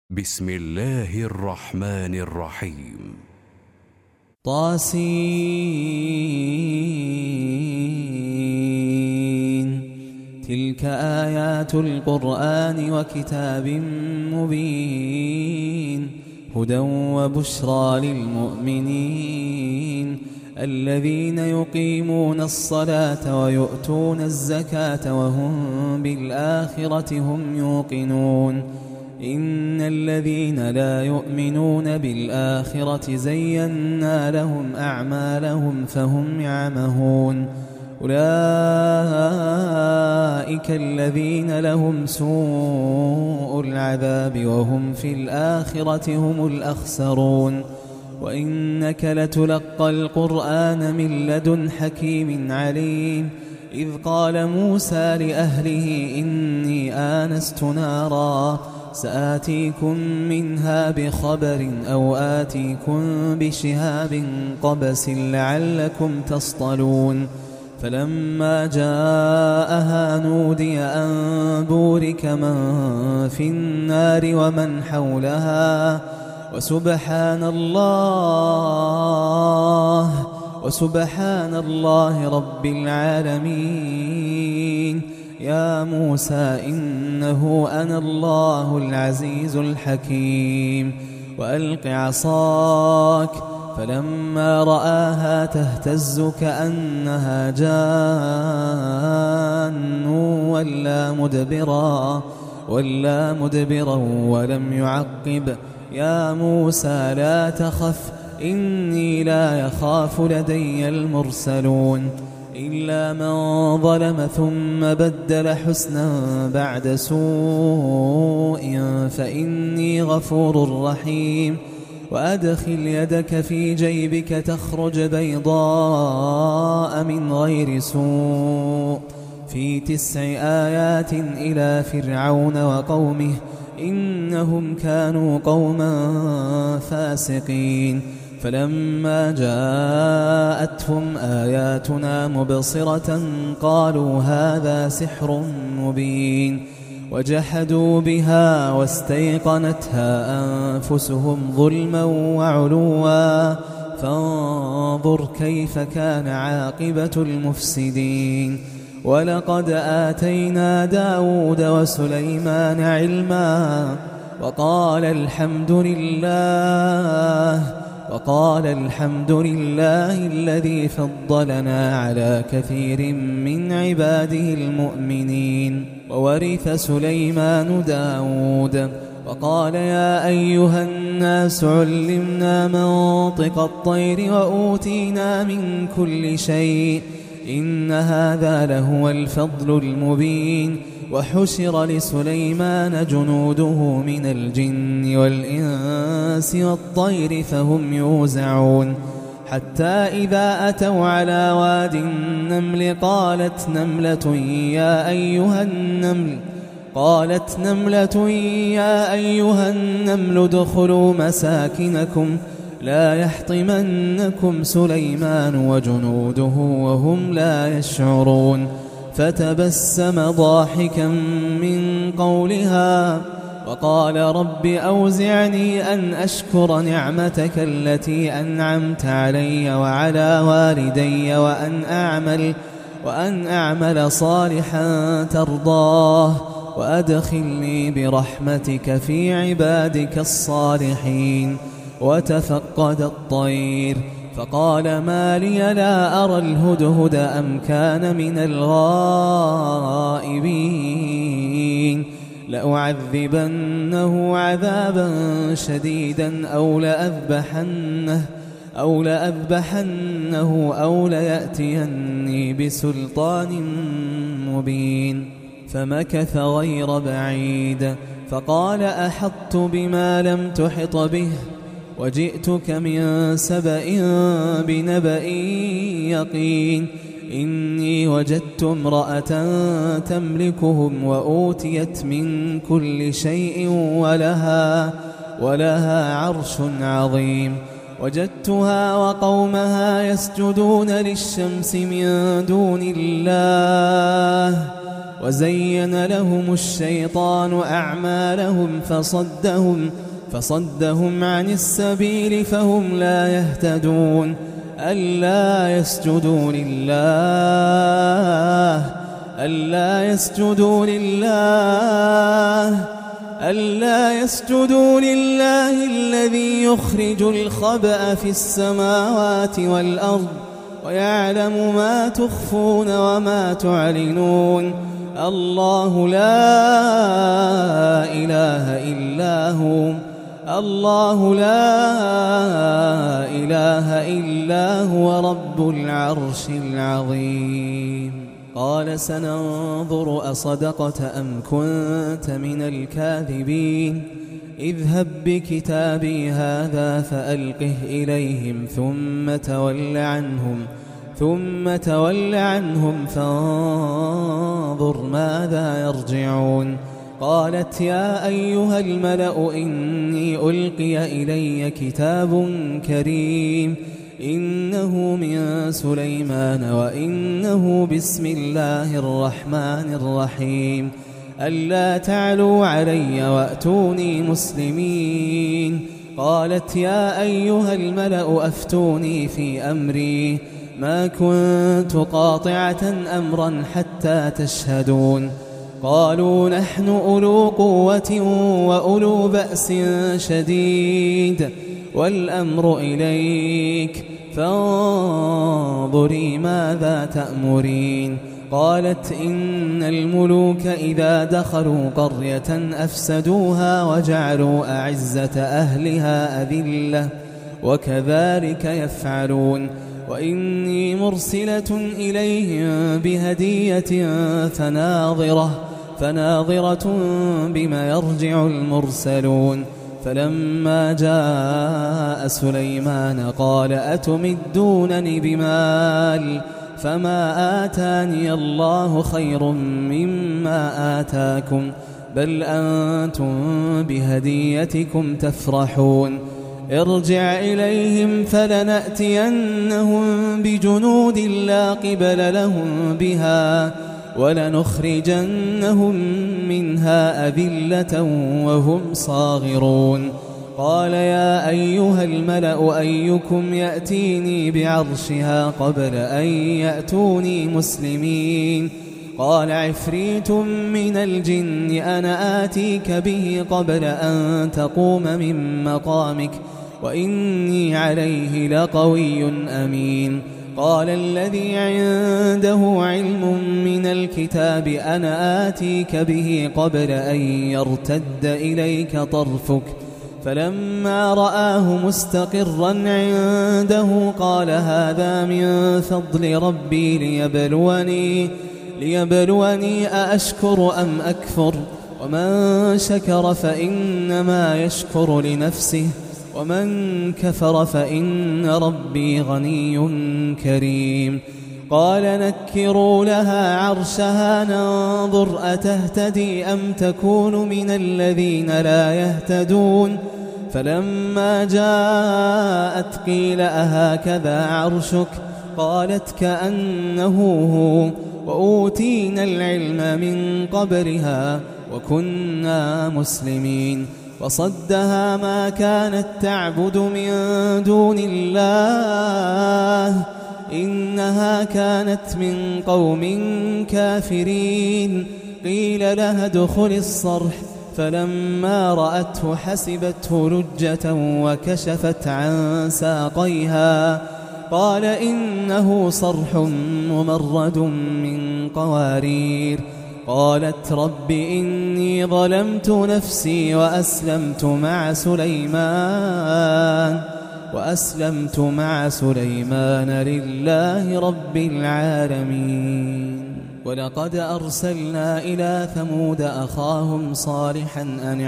بسم الله الرحمن الرحيم. طاسين. تلك آيات القرآن وكتاب مبين، هدى وبشرى للمؤمنين الذين يقيمون الصلاة ويؤتون الزكاة وهم بالآخرة هم يوقنون. إن الذين لا يؤمنون بالآخرة زينا لهم أعمالهم فهم يعمهون. أولئك الذين لهم سوء العذاب وهم في الآخرة هم الأخسرون. وإنك لتلقى القرآن من لدن حكيم عليم. إذ قال موسى لأهله إني آنست نارا سآتيكم منها بخبر أو آتيكم بشهاب قبس لعلكم تصطلون. فلما جاءها نودي أن بورك من في النار ومن حولها وسبحان الله رب العالمين. يا موسى إنه أنا الله العزيز الحكيم. وألق عصاك فلما رآها تهتز كأنها جان ولا مدبرا ولم يعقب. يا موسى لا تخف إني لا يخاف لدي المرسلون. إلا من ظلم ثم بدل حسنا بعد سوء فإني غفور رحيم. وأدخل يدك في جيبك تخرج بيضاء من غير سوء في 9 آيات إلى فرعون وقومه إنهم كانوا قوما فاسقين. فلما جاءتهم آياتنا مبصرة قالوا هذا سحر مبين. وجحدوا بها واستيقنتها أنفسهم ظلما وعلوا فانظر كيف كان عاقبة المفسدين. ولقد آتينا داود وسليمان علما وقال الحمد لله الذي فضلنا على كثير من عباده المؤمنين. وورث سليمان داود وقال يا أيها الناس علمنا منطق الطير وأوتينا من كل شيء إن هذا لهو الفضل المبين. وحشر لسليمان جنوده من الجن والإنس والطير فهم يوزعون. حتى إذا أتوا على واد النمل قالت نملة يا أيها النمل ادخلوا مساكنكم لا يحطمنكم سليمان وجنوده وهم لا يشعرون. فتبسم ضاحكا من قولها وقال رب أوزعني أن أشكر نعمتك التي أنعمت علي وعلى والدي وأن أعمل صالحا ترضاه وأدخلني برحمتك في عبادك الصالحين. وتفقد الطير فقال ما لي لا أرى الهدهد أم كان من الغائبين. لأعذبنه عذابا شديدا أو لأذبحنه أو ليأتيني بسلطان مبين. فمكث غير بعيد فقال أحطت بما لم تحط به وجئتك من سبأ بنبأ يقين. إني وجدت امرأة تملكهم وأوتيت من كل شيء ولها عرش عظيم. وجدتها وقومها يسجدون للشمس من دون الله وزين لهم الشيطان أعمالهم فصدهم عن السبيل فهم لا يهتدون. ألا يسجدوا لله الذي يخرج الخبأ في السماوات والأرض ويعلم ما تخفون وما تعلنون. الله لا إله إلا هو رب العرش العظيم. قال سننظر أصدقت أم كنت من الكاذبين. اذهب بكتابي هذا فألقه إليهم ثم تول عنهم فانظر ماذا يرجعون. قالت يا أيها الملأ إني ألقي إلي كتاب كريم إنه من سليمان وإنه بسم الله الرحمن الرحيم. ألا تعلوا علي وأتوني مسلمين. قالت يا أيها الملأ أفتوني في أمري ما كنت قاطعة أمرا حتى تشهدون. قالوا نحن أولو قوة وأولو بأس شديد والأمر إليك فانظري ماذا تأمرين. قالت إن الملوك إذا دخلوا قرية أفسدوها وجعلوا أعزة أهلها أذلة وكذلك يفعلون. وإني مرسلة إليهم بهدية فناظرة بما يرجع المرسلون. فلما جاء سليمان قال أتمدونني بمال فما آتاني الله خير مما آتاكم بل أنتم بهديتكم تفرحون. ارجع إليهم فلنأتينهم بجنود لا قبل لهم بها ولنخرجنهم منها أذلة وهم صاغرون. قال يا أيها الملأ أيكم يأتيني بعرشها قبل أن يأتوني مسلمين. قال عفريت من الجن أنا آتيك به قبل أن تقوم من مقامك وإني عليه لقوي أمين. قال الذي عنده علم من الكتاب أنا آتيك به قبل أن يرتد إليك طرفك. فلما رآه مستقرا عنده قال هذا من فضل ربي ليبلوني أأشكر أم أكفر ومن شكر فإنما يشكر لنفسه ومن كفر فإن ربي غني كريم. قال نكروا لها عرشها ننظر أتهتدي أم تكون من الذين لا يهتدون. فلما جاءت قيل أهكذا عرشك قالت كأنه هو وأوتينا العلم من قبلها وكنا مسلمين. وصدها ما كانت تعبد من دون الله إنها كانت من قوم كافرين. قيل لها ادخل الصرح فلما رأته حسبته لجة وكشفت عن ساقيها قال إنه صرح ممرد من قوارير. قالت رب إني ظلمت نفسي وأسلمت مع سليمان لله رب العالمين. ولقد أرسلنا إلى ثمود أخاهم صالحا أن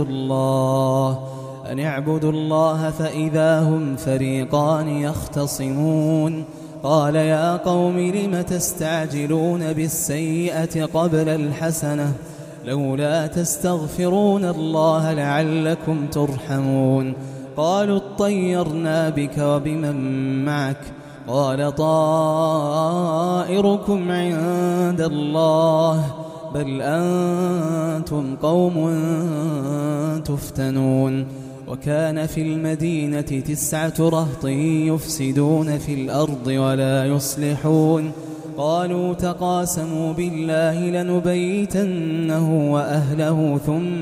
اعبدوا الله فإذا هم فريقان يختصمون. قال يا قوم لم تستعجلون بالسيئة قبل الحسنة لولا تستغفرون الله لعلكم ترحمون. قالوا اطيرنا بك وبمن معك قال طائركم عند الله بل أنتم قوم تفتنون. وكان في المدينة 9 رهط يفسدون في الأرض ولا يصلحون قالوا تقاسموا بالله لنبيتنه وأهله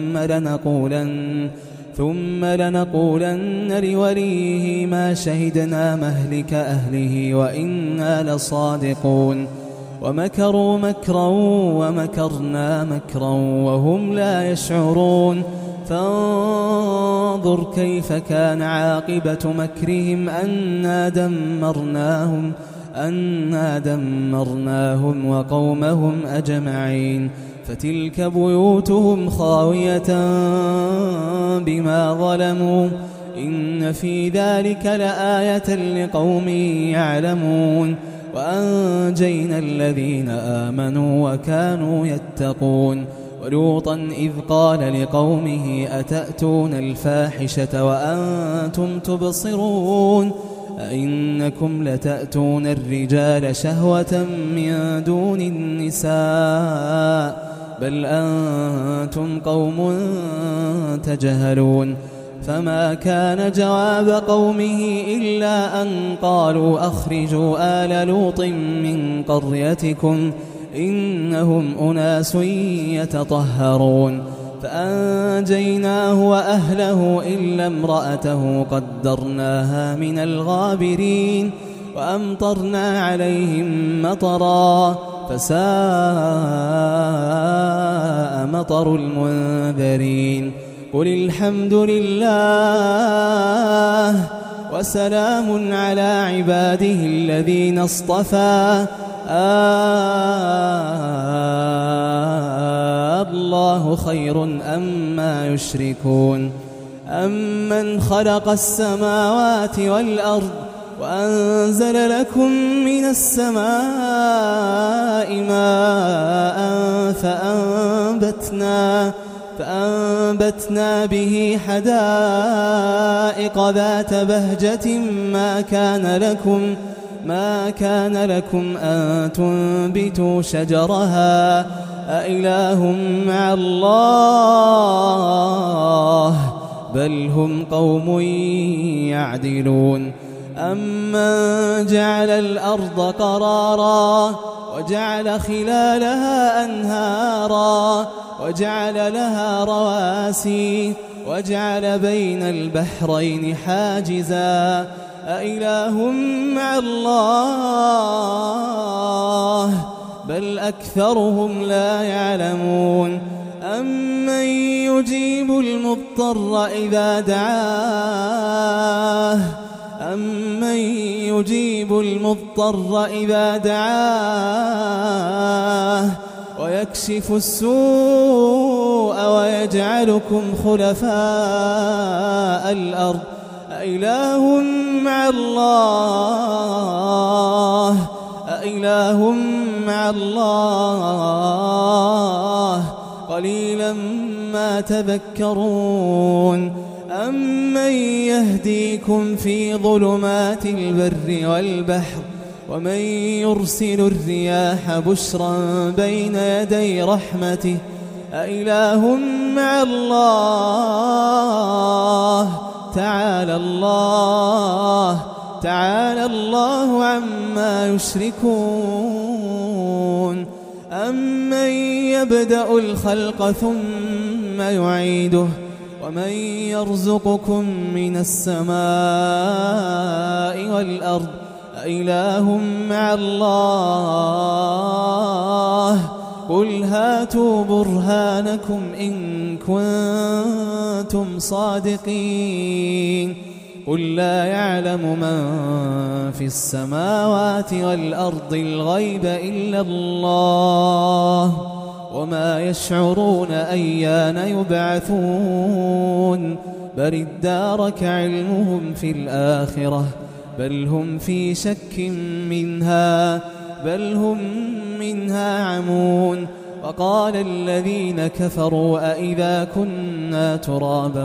ثم لنقولن لوليه ما شهدنا مهلك أهله وإنا لصادقون. ومكروا مكرا ومكرنا مكرا وهم لا يشعرون فانظر كيف كان عاقبة مكرهم أنا دمرناهم وقومهم أجمعين. فتلك بيوتهم خاوية بما ظلموا إن في ذلك لآية لقوم يعلمون. وأنجينا الذين آمنوا وكانوا يتقون. ولوطا إذ قال لقومه أتأتون الفاحشة وأنتم تبصرون أئنكم لتأتون الرجال شهوة من دون النساء بل أنتم قوم تجهلون. فما كان جواب قومه إلا أن قالوا أخرجوا آل لوط من قريتكم إنهم أناس يتطهرون. فأنجيناه وأهله إلا امرأته قدرناها من الغابرين وأمطرنا عليهم مطرا فساء مطر المنذرين. قل الحمد لله وسلام على عباده الذين اصطفى الله خير أما يشركون. أمن خلق السماوات والأرض وأنزل لكم من السماء ماء فأنبتنا به حدائق ذات بهجة ما كان لكم أن تنبتوا شجرها أإله مع الله بل هم قوم يعدلون. أمن جعل الأرض قرارا وجعل خلالها أنهارا وجعل لها رواسي وجعل بين البحرين حاجزا أإله مع الله بل أكثرهم لا يعلمون. أمن يجيب المضطر إذا دعاه ويكشف السوء ويجعلكم خلفاء الأرض أإله مع الله قليلا ما تذكرون. أمن يهديكم في ظلمات البر والبحر ومن يرسل الرياح بشرا بين يدي رحمته أإله مع الله تعالى الله عما يشركون. أمن يبدأ الخلق ثم يعيده ومن يرزقكم من السماء والأرض أإله مع الله قل هاتوا برهانكم إن كنتم صادقين. قل لا يعلم من في السماوات والأرض الغيب إلا الله وما يشعرون أيان يبعثون بل ادارك علمهم في الآخرة بل هم في شك منها بل هم منها عمون. وقال الذين كفروا أئذا كنا ترابا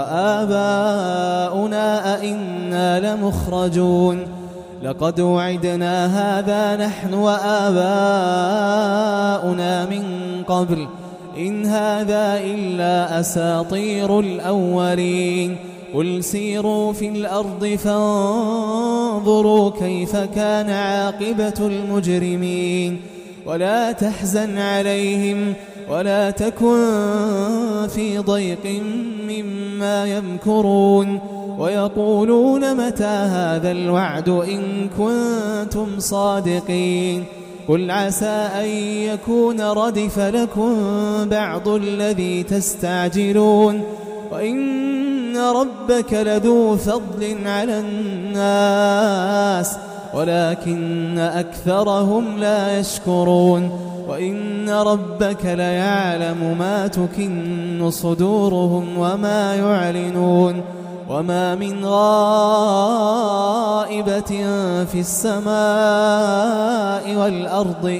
وآباؤنا أئنا لمخرجون لقد وعدنا هذا نحن وآباؤنا من قبل إن هذا إلا أساطير الأولين قل سيروا في الأرض فانظروا كيف كان عاقبة المجرمين ولا تحزن عليهم ولا تكن في ضيق مما يمكرون ويقولون متى هذا الوعد إن كنتم صادقين قل عسى أن يكون ردف لكم بعض الذي تستعجلون وإن ربك لذو فضل على الناس ولكن أكثرهم لا يشكرون وإن ربك ليعلم ما تكن صدورهم وما يعلنون وما من غائبة في السماء والأرض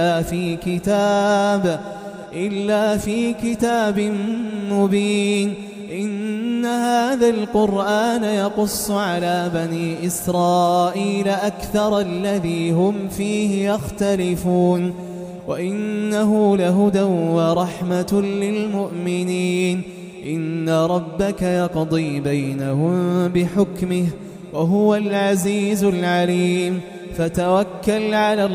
إلا في كتاب مبين إن هذا القرآن يقص على بني إسرائيل أكثر الذي هم فيه يختلفون وإنه لهدى ورحمة للمؤمنين إن ربك يقضي بينهم بحكمه وهو العزيز العليم فتوكل على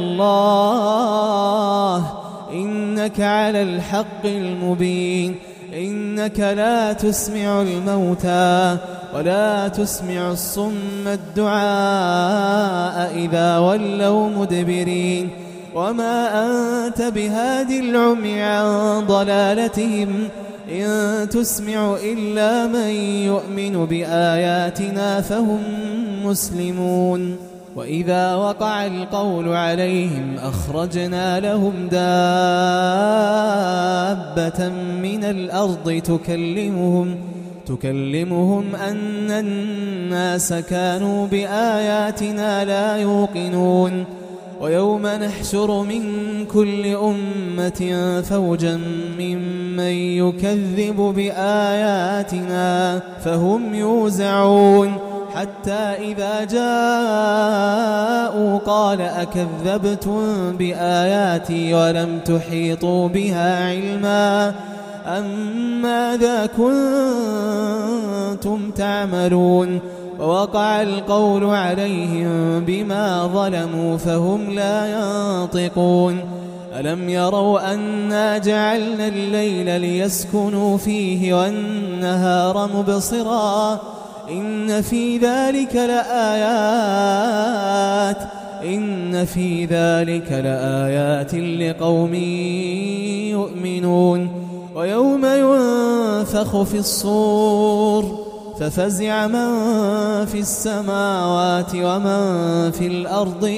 الله إنك على الحق المبين إنك لا تسمع الموتى ولا تسمع الصم الدعاء إذا ولوا مدبرين وما أنت بهادي العمي عن ضلالتهم إن تسمع إلا من يؤمن بآياتنا فهم مسلمون وإذا وقع القول عليهم أخرجنا لهم دابة من الأرض تكلمهم أن الناس كانوا بآياتنا لا يوقنون ويوم نحشر من كل أمة فوجا ممن يكذب بآياتنا فهم يوزعون حتى إذا جاءوا قال أكذبتم بآياتي ولم تحيطوا بها علما أم ماذا كنتم تعملون ووقع القول عليهم بما ظلموا فهم لا ينطقون ألم يروا أنا جعلنا الليل ليسكنوا فيه والنهار مبصرا إن في ذلك لآيات لقوم يؤمنون ويوم ينفخ في الصور ففزع من في السماوات ومن في الأرض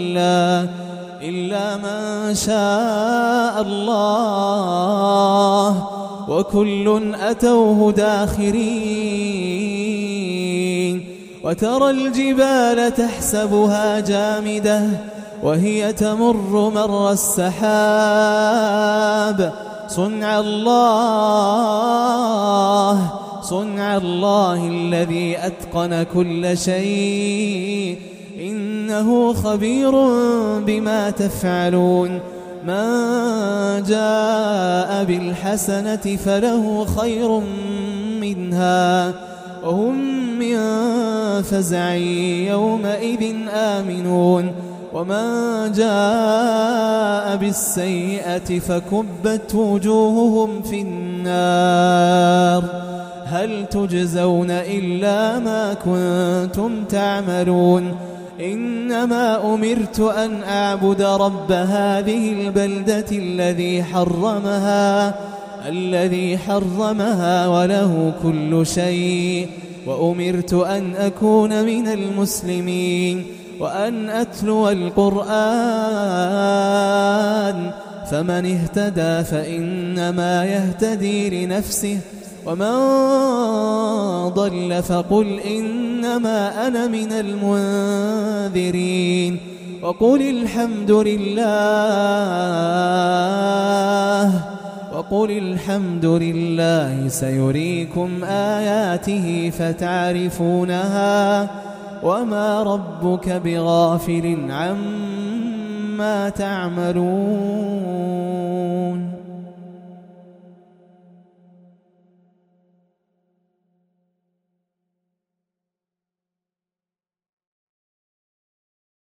إلا من شاء الله وكل أتوه داخرين وترى الجبال تحسبها جامدة وهي تمر مر السحاب صنع الله الذي أتقن كل شيء إنه خبير بما تفعلون من جاء بالحسنة فله خير منها وهم من فزع يومئذ آمنون ومن جاء بالسيئة فكبت وجوههم في النار هل تجزون إلا ما كنتم تعملون إنما أمرت أن أعبد رب هذه البلدة الذي حرمها وله كل شيء وأمرت أن أكون من المسلمين وأن أتلو القرآن فمن اهتدى فإنما يهتدي لنفسه ومن ضل فقل إنما أنا من المنذرين وقل الحمد لله سيريكم آياته فتعرفونها وما ربك بغافل عما تعملون